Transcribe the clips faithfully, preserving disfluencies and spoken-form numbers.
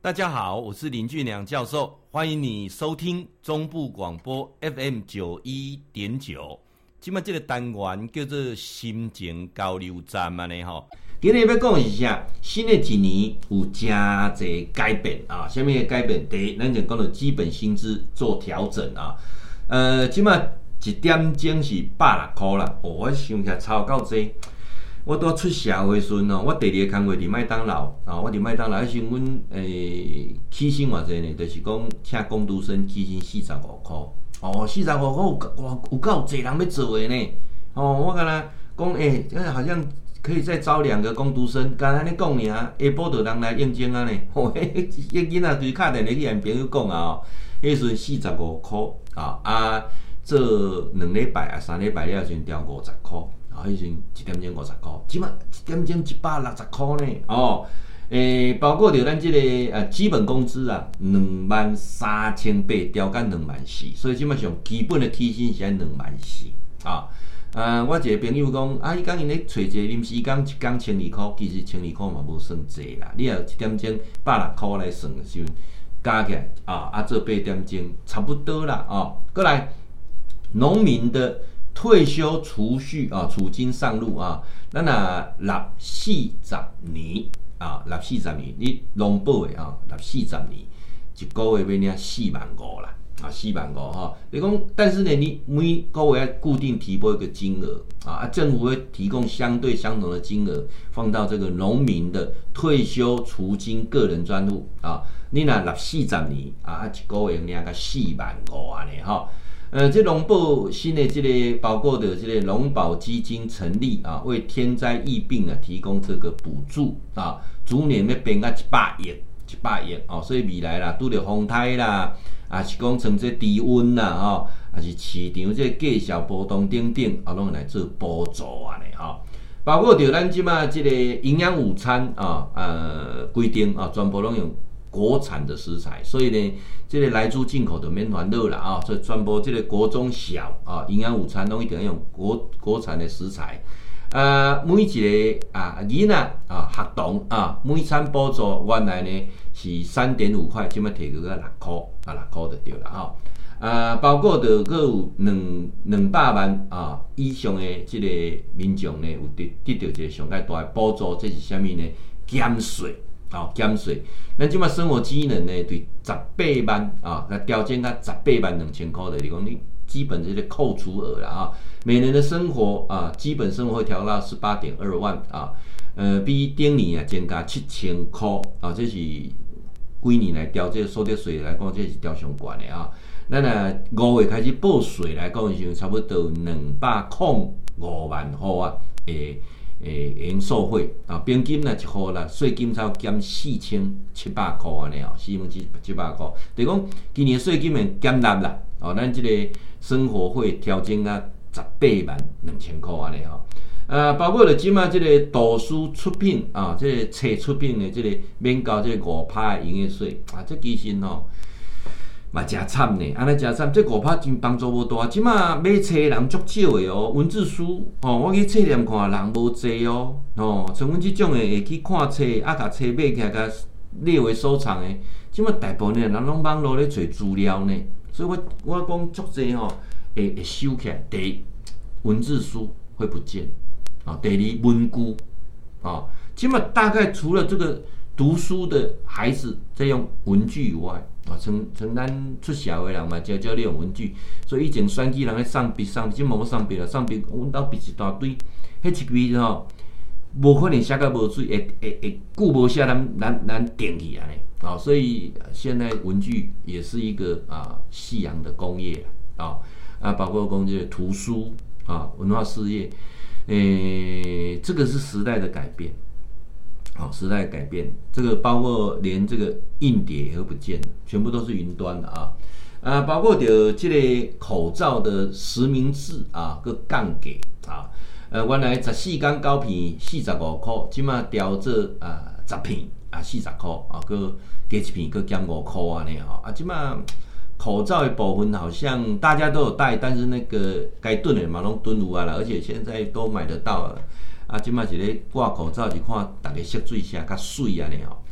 大家好，我是林俊良教授，欢迎你收听中部广播 F M 九一点九。今麦这个单元叫做心情交流站嘛呢吼。今日要讲的是啥？新的一年有真侪改变啊！什么改变？第一，咱就讲到基本薪资做调整啊。呃，今麦一点钟是百六块啦，哦，我想起来超够济。我拄出社会时阵哦，我第二个工作伫麦当劳啊，我伫麦当劳迄时阵，阮诶起薪偌济呢？就是讲请工读生起薪四十五块。哦，四十五块有有有够侪人要做的呢。哦，我敢若讲诶，欸，好像可以再招两个工读生，敢安尼讲尔，下晡就人来应征啊呢。哦，迄迄囡仔就是敲电话去向朋友讲啊，哦，迄时阵四十五块啊，啊做两礼拜啊三礼拜了时阵调五十块。啊，迄时一点钟五十块，即马一点钟一百六十块呢。哦，诶，欸，包括着咱即个呃基本工资啊，两万三千八调到两万四，所以即马上基本的起薪是在两万四啊。呃，我一个朋友讲，啊，伊讲因咧找一个临时工，一工千二块，其实千二块嘛无算济啦。你若一点钟百六块来算的时阵，加起来啊，啊做八点钟差不多啦。哦，过来，农民的退休储蓄啊，储金上路啊，咱啊六四十年啊，六四十年，你农保的啊，六四十年，一个月要领四万五啦，啊，四万五哈。你讲，但是呢，你每个月要固定提拨一个金额啊，政府会提供相对相同的金额放到这个农民的退休储金个人专户啊，你若六四十年啊，一个月领个四万五安尼哈。呃，这农保新的这个包括的这个农保基金成立啊，为天灾疫病啊提供这个补助啊，逐年要变到一百亿，一百亿哦，所以未来啦，拄着风台啦，啊是讲像这低温啦，吼，啊是市场这价小波动等等，啊，拢来做补助啊呢，吼。包括着咱即马这个营养午餐啊，呃规定啊，全部拢用国产的食材，所以呢，这个来猪进口就免烦恼啦啊！所以全部这个国中小啊，营养午餐拢一定要用国国产的食材。啊，每一个啊囡仔啊学童啊，每餐补助原来呢是三点五块，今麦提高到六块啊，六块就对了哈。啊，包括着佫有两两百万啊以上的这个民众呢，有得得到一个上界大的补助，这是啥物呢？减税。哦，减税，咱即马生活机能呢，对十八万啊，来调整到十八万两千块的，你讲你基本这个扣除额啦啊，每年的生活啊，基本生活会调到十八点二万啊，呃，比顶年啊增加七千块啊，这是几年来调这个所得税来讲，这是调上悬的啊。咱啊五月开始报税来讲的时候，差不多两百零五万块啊，诶。诶，会用受贿啊，平均啦一户啦，税金才减四千七百块安尼哦，四千七七百块。就是讲今年税金会减纳啦，哦，咱这个生活费调整啊十八万两千块安尼哦。啊，包括了即马这个图书出品啊，这个册出品的这个免交这个五趴的营业税啊，这其实吼。嘛真惨呢，安尼真惨，这五趴真帮助无大。即马买册的人足少的哦，文字书哦，我去册店看人无济哦，哦，像阮即种的会去看册，啊，甲册买起来，甲列为收藏的，即马大部分的人拢网络咧找资料呢，所以我我讲足济吼，会会收起来。第一，文字书会不见啊，第二，文具啊，即马大概除了这个读书的孩子在用文具以外。啊，像像咱出社会人嘛，常常咧用文具，所以以前选举人咧送笔、送笔，即无送笔啦，送笔，阮兜笔一大堆，迄一支吼，无可能写到无水，会会会久无写，咱咱咱定去安尼，啊，所以现在文具也是一个啊夕阳的工业啊，啊，包括讲这个图书啊，文化事业，诶，这个是时代的改变。好，时代改变，这个包括连这个硬碟也会不见了，全部都是云端的啊，啊，包括着这个口罩的实名制啊，个降价啊，呃，原来十四天九片四十五块，即马调做啊十片啊四十块啊，个加一片个减五块安尼吼，啊，即马口罩的部分好像大家都有戴，但是那个该囤的嘛拢囤有啊啦，而且现在都买得到了。啊，即摆一个挂口罩是看大家吸水声较水安尼吼。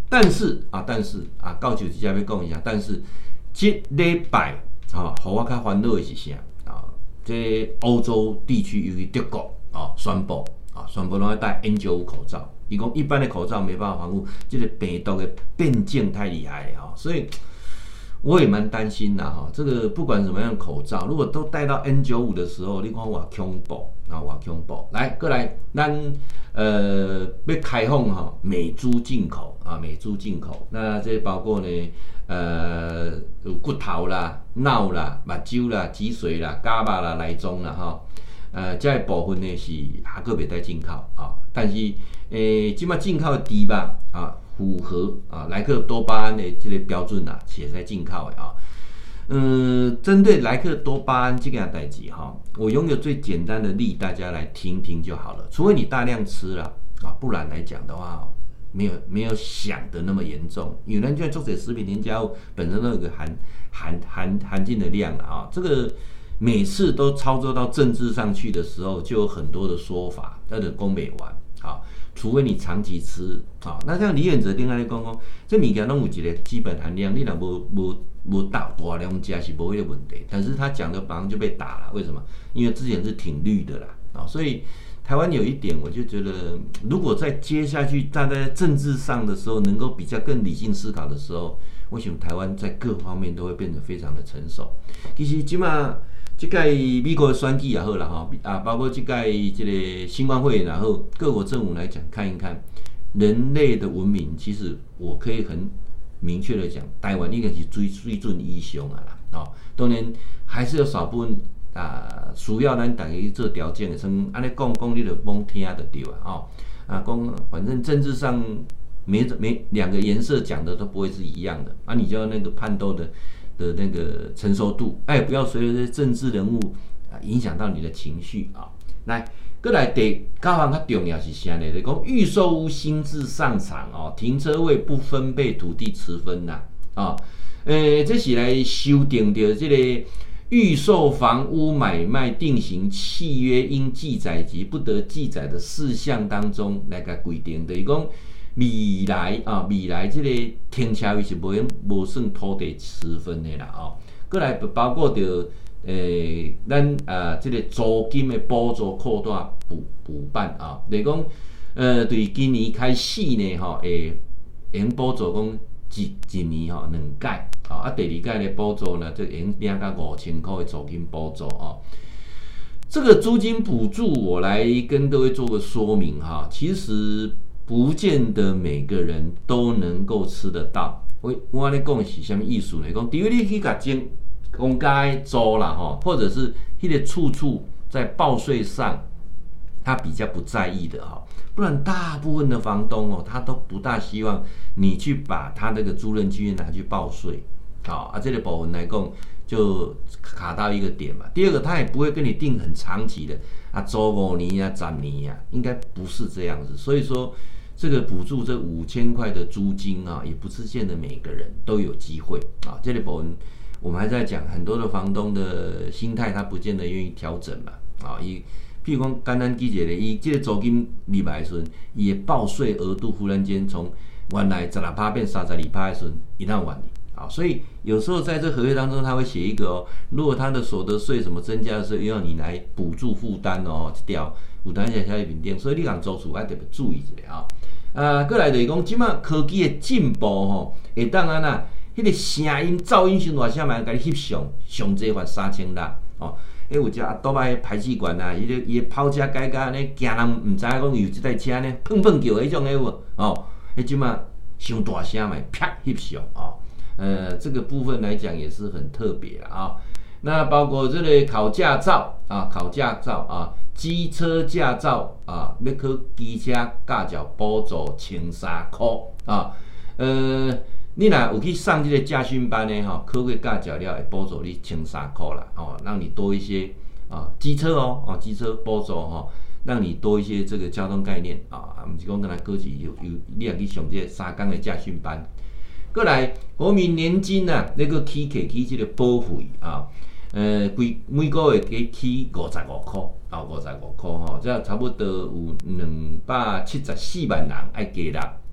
但是啊，但是啊，到就直接要讲一下，但是这礼拜啊，让我较烦恼的是啥啊？这欧洲地区尤其德国啊，宣布啊，宣布拢要戴 N 九十五 口罩。伊讲一般的口罩没办法防护，这个病毒的变境太厉害了哈，所以我也蛮担心的哈。这个不管什么样的口罩，如果都戴到 N 九十五 的时候，你看我恐怖啊，我恐怖。来，过来，咱呃要开放哈美猪进口啊，美猪进口，那这包括呢呃有骨头啦、脑啦、目睭啦、脊髓啦、肝肉啦、内脏啦哈。呃，这个部分呢是还个袂带进口啊，但是诶，即马进口的猪肉啊，符合啊莱克多巴胺的这个标准啊，是在进口的啊。嗯，针对莱克多巴胺这件代志哈，我拥有最简单的例，大家来听听就好了。除非你大量吃了啊，不然来讲的话，没有没有想的那么严重。有人就做这食品添加物本身都有个含含含含进的量了啊，这个。每次都操作到政治上去的时候，就有很多的说法，那就讲不完啊。除非你长期吃啊，那像李远哲顶下咧讲讲，这物件拢有一个基本含量，你若无无无大大量吃是无迄个问题。但是他讲的马上就被打了，为什么？因为之前是挺绿的啦啊，所以台湾有一点，我就觉得，如果在接下去站在政治上的时候，能够比较更理性思考的时候，我想台湾在各方面都会变得非常的成熟。其实即马。这届美国的选举也好啦，哈啊，包括这届这个新冠肺炎也好，各国政府来讲看一看，人类的文明，其实我可以很明确的讲，台湾应该是水水准以上啊啦，哦，当然还是有少部分啊，需要咱大家去做条件的，像安尼讲讲，你就罔听就对啊，哦啊，讲反正政治上没没两个颜色讲的都不会是一样的，啊，你就要那个判斗的。的那个成熟度，哎，不要随着这些政治人物啊影响到你的情绪啊。来，过来第九项较重要是啥呢？就讲预售屋新制上场哦，停车位不分配土地持分呐啊，呃，这是来修订的这个预售房屋买卖定型契约应记载及不得记载的事项当中来个规定，就是讲。未来啊，未来这个停车位是无用无算土地持分的啦哦。过来包括着诶，咱啊这个租金的补助扩大补补办啊，就是讲呃，对今年开始呢吼，会用补助讲一一年吼两届啊，啊第二届的补助呢，就用领到五千块的租金补助哦。这个租金补助，我来跟各位做个说明哈，其实。不见得每个人都能够吃得到。我我咧讲是什么意思呢？讲，除非你去甲政公家租啦吼，或者是迄个处处在报税上，他比较不在意的哈。不然，大部分的房东哦，他都不大希望你去把他那个租赁契约拿去报税。好啊，这个部分来讲就卡到一个点嘛。第二个，他也不会跟你定很长期的啊，租五年啊、十年啊，应该不是这样子。所以说。这个补助这五千块的租金啊，也不是见得每个人都有机会啊。这里部分我们还在讲很多的房东的心态，他不见得愿意调整嘛啊。伊譬如讲简单记一个，伊这个租金入来的时候，伊的报税额度忽然间从原来十六趴变三十二趴的时候，一万万啊。所以有时候在这合约当中，他会写一个哦，如果他的所得税什么增加的时候，要你来补助负担哦，这条有当下消息面顶，所以你讲租厝要特别注意一下啊。啊，过来就是讲，即马科技的进步吼，会当安那，迄个声音噪音伤大声嘛，甲你翕相，上济罚三千六哦。迄有只阿多摆排气管啊，伊个伊个跑车改甲安尼，惊人毋知影讲有即台车呢，砰砰叫迄种诶有哦。迄即马伤大声嘛，啪翕相哦。呃，这个部分来讲也是很特别啦啊。那包括这个考驾照啊，考驾照啊。机车驾照啊，要考机车驾照补助千三块啊。呃，你若有去上这个驾训班呢，哈，考过驾照了会补助你千三块啦，哦，让你多一些啊，机车哦，哦，机车补助哈，让你多一些这个交通概念啊。毋是讲跟他考试有有，你也去上这个三工的驾训班。过来，国民年金啊，那个起起起这个保费啊。呃，规每个月给起五十五块，啊，五十五块吼，这差不多有两百七十四万人爱加入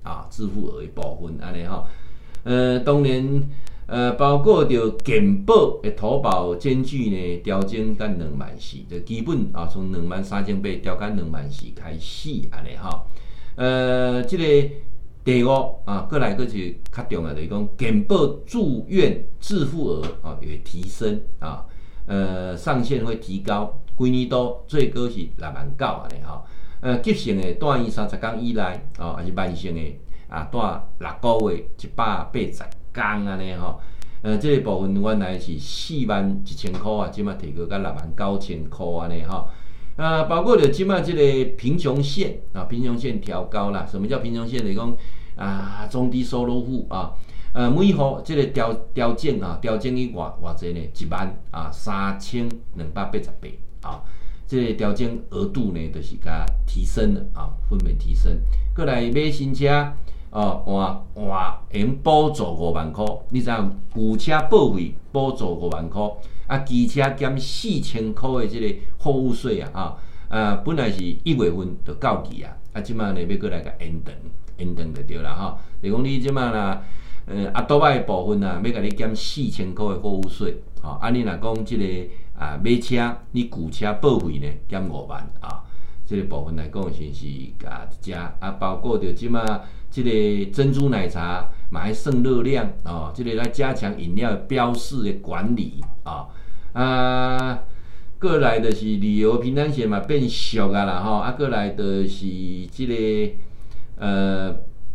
啊，自付额的部分安尼吼。呃，当然，呃，包括着健保的投保间距呢，调整到两万四，就基本啊，从两万三千八调到两万四开始安尼吼。呃，这个第五啊，过来个是较重要，就是讲健保住院自付额啊也会提升啊，呃，上限会提高，规年度最高是六万九安尼吼。呃，急性的住院三十天以内啊，还是慢性的啊，住六个月一百八十天安尼吼。呃，这个部分原来是四万一千块啊，即马提高到六万九千块安尼吼。啊，包括着即马即个贫穷线啊，贫穷线调高啦。什么叫贫穷线？就是讲啊，中低收入户啊，呃，每户即个调调整啊，调整去偌偌济呢？一万啊三千两百八十八啊。这个调整额度呢，就是甲提升了啊，分别提升。过来买新车哦，换换用补助五万块，你知影旧车报废补助五万块，啊，机车减四千块的这个货物税啊，啊，啊，本来是一月份就到期啊，啊，即马呢要过来甲延长，延长就对啦吼。就讲你即马啦，呃，阿多摆的部分啊，要甲你减四千块的货物税，吼、啊，啊，你若讲即、这个。啊，买车你旧车报废呢减五万啊，这个部分来讲先是加一只啊，包括着即马这个珍珠奶茶嘛还剩热量啊，这个来加强饮料标示的管理啊啊，过来的是旅游平安险嘛变俗啊啦吼，啊过来的是这个呃。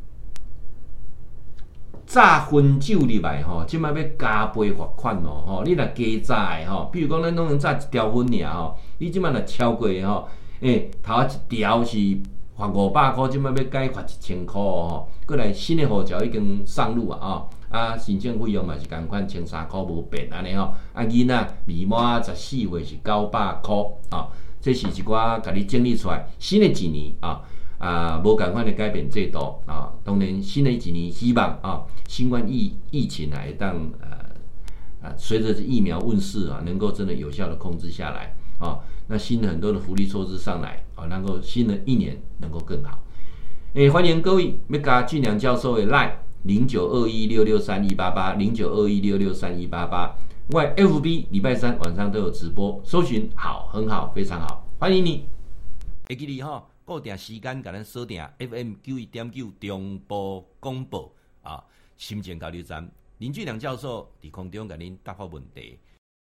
炸薰酒入来吼，即摆要加倍罚款哦吼！你若加炸的吼，比如讲咱拢用炸一条薰尔吼，你即摆若超过的吼，诶、欸，头一条是罚五百块，即摆要改罚一千块哦。过来新的护照已经上路啊哦，啊，申请费用嘛是共款千三块无变安尼吼。啊，囡仔未满十四岁是九百块啊，这是一寡甲你整理出来新的一年啊。啊，无共款的改变制度啊，当然新的一年希望啊，新冠疫疫情啊，会当呃啊，随着疫苗问世啊，能够真的有效的控制下来啊，那新的很多的福利措施上来啊，能够新的一年能够更好。诶、欸，欢迎各位要加俊良教授的 Line 零九二一六六三一八八零九二一六六三一八八，我 F B 礼拜三晚上都有直播，搜寻好，很好，非常好，欢迎你。会记你哈。固定时间，甲咱锁定 F M 九一点九中部广播啊，心情交流站，林俊良教授伫空中甲您答复问题。